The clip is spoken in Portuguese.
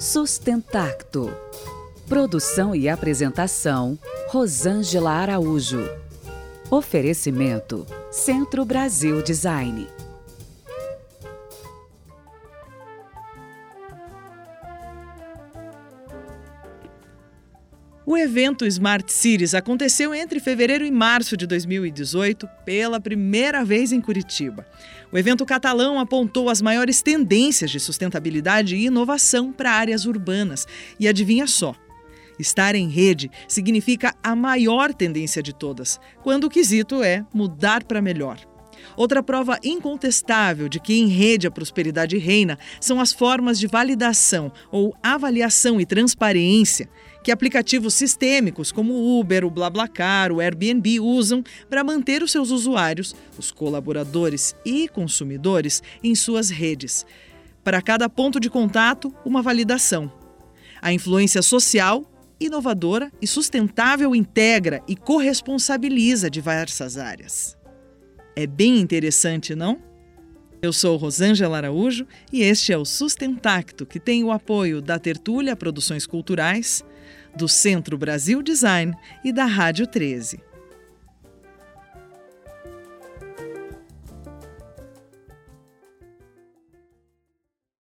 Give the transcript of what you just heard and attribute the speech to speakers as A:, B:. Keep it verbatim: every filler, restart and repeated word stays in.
A: Sustentacto. Produção e apresentação, Rosângela Araújo. Oferecimento, Centro Brasil Design.
B: O evento Smart Cities aconteceu entre fevereiro e março de dois mil e dezoito, pela primeira vez em Curitiba. O evento catalão apontou as maiores tendências de sustentabilidade e inovação para áreas urbanas. E adivinha só, estar em rede significa a maior tendência de todas, quando o quesito é mudar para melhor. Outra prova incontestável de que em rede a prosperidade reina são as formas de validação ou avaliação e transparência que aplicativos sistêmicos como o Uber, o BlaBlaCar, o Airbnb usam para manter os seus usuários, os colaboradores e consumidores em suas redes. Para cada ponto de contato, uma validação. A influência social, inovadora e sustentável integra e corresponsabiliza diversas áreas. É bem interessante, não? Eu sou Rosângela Araújo e este é o Sustentacto, que tem o apoio da Tertúlia Produções Culturais, do Centro Brasil Design e da Rádio treze.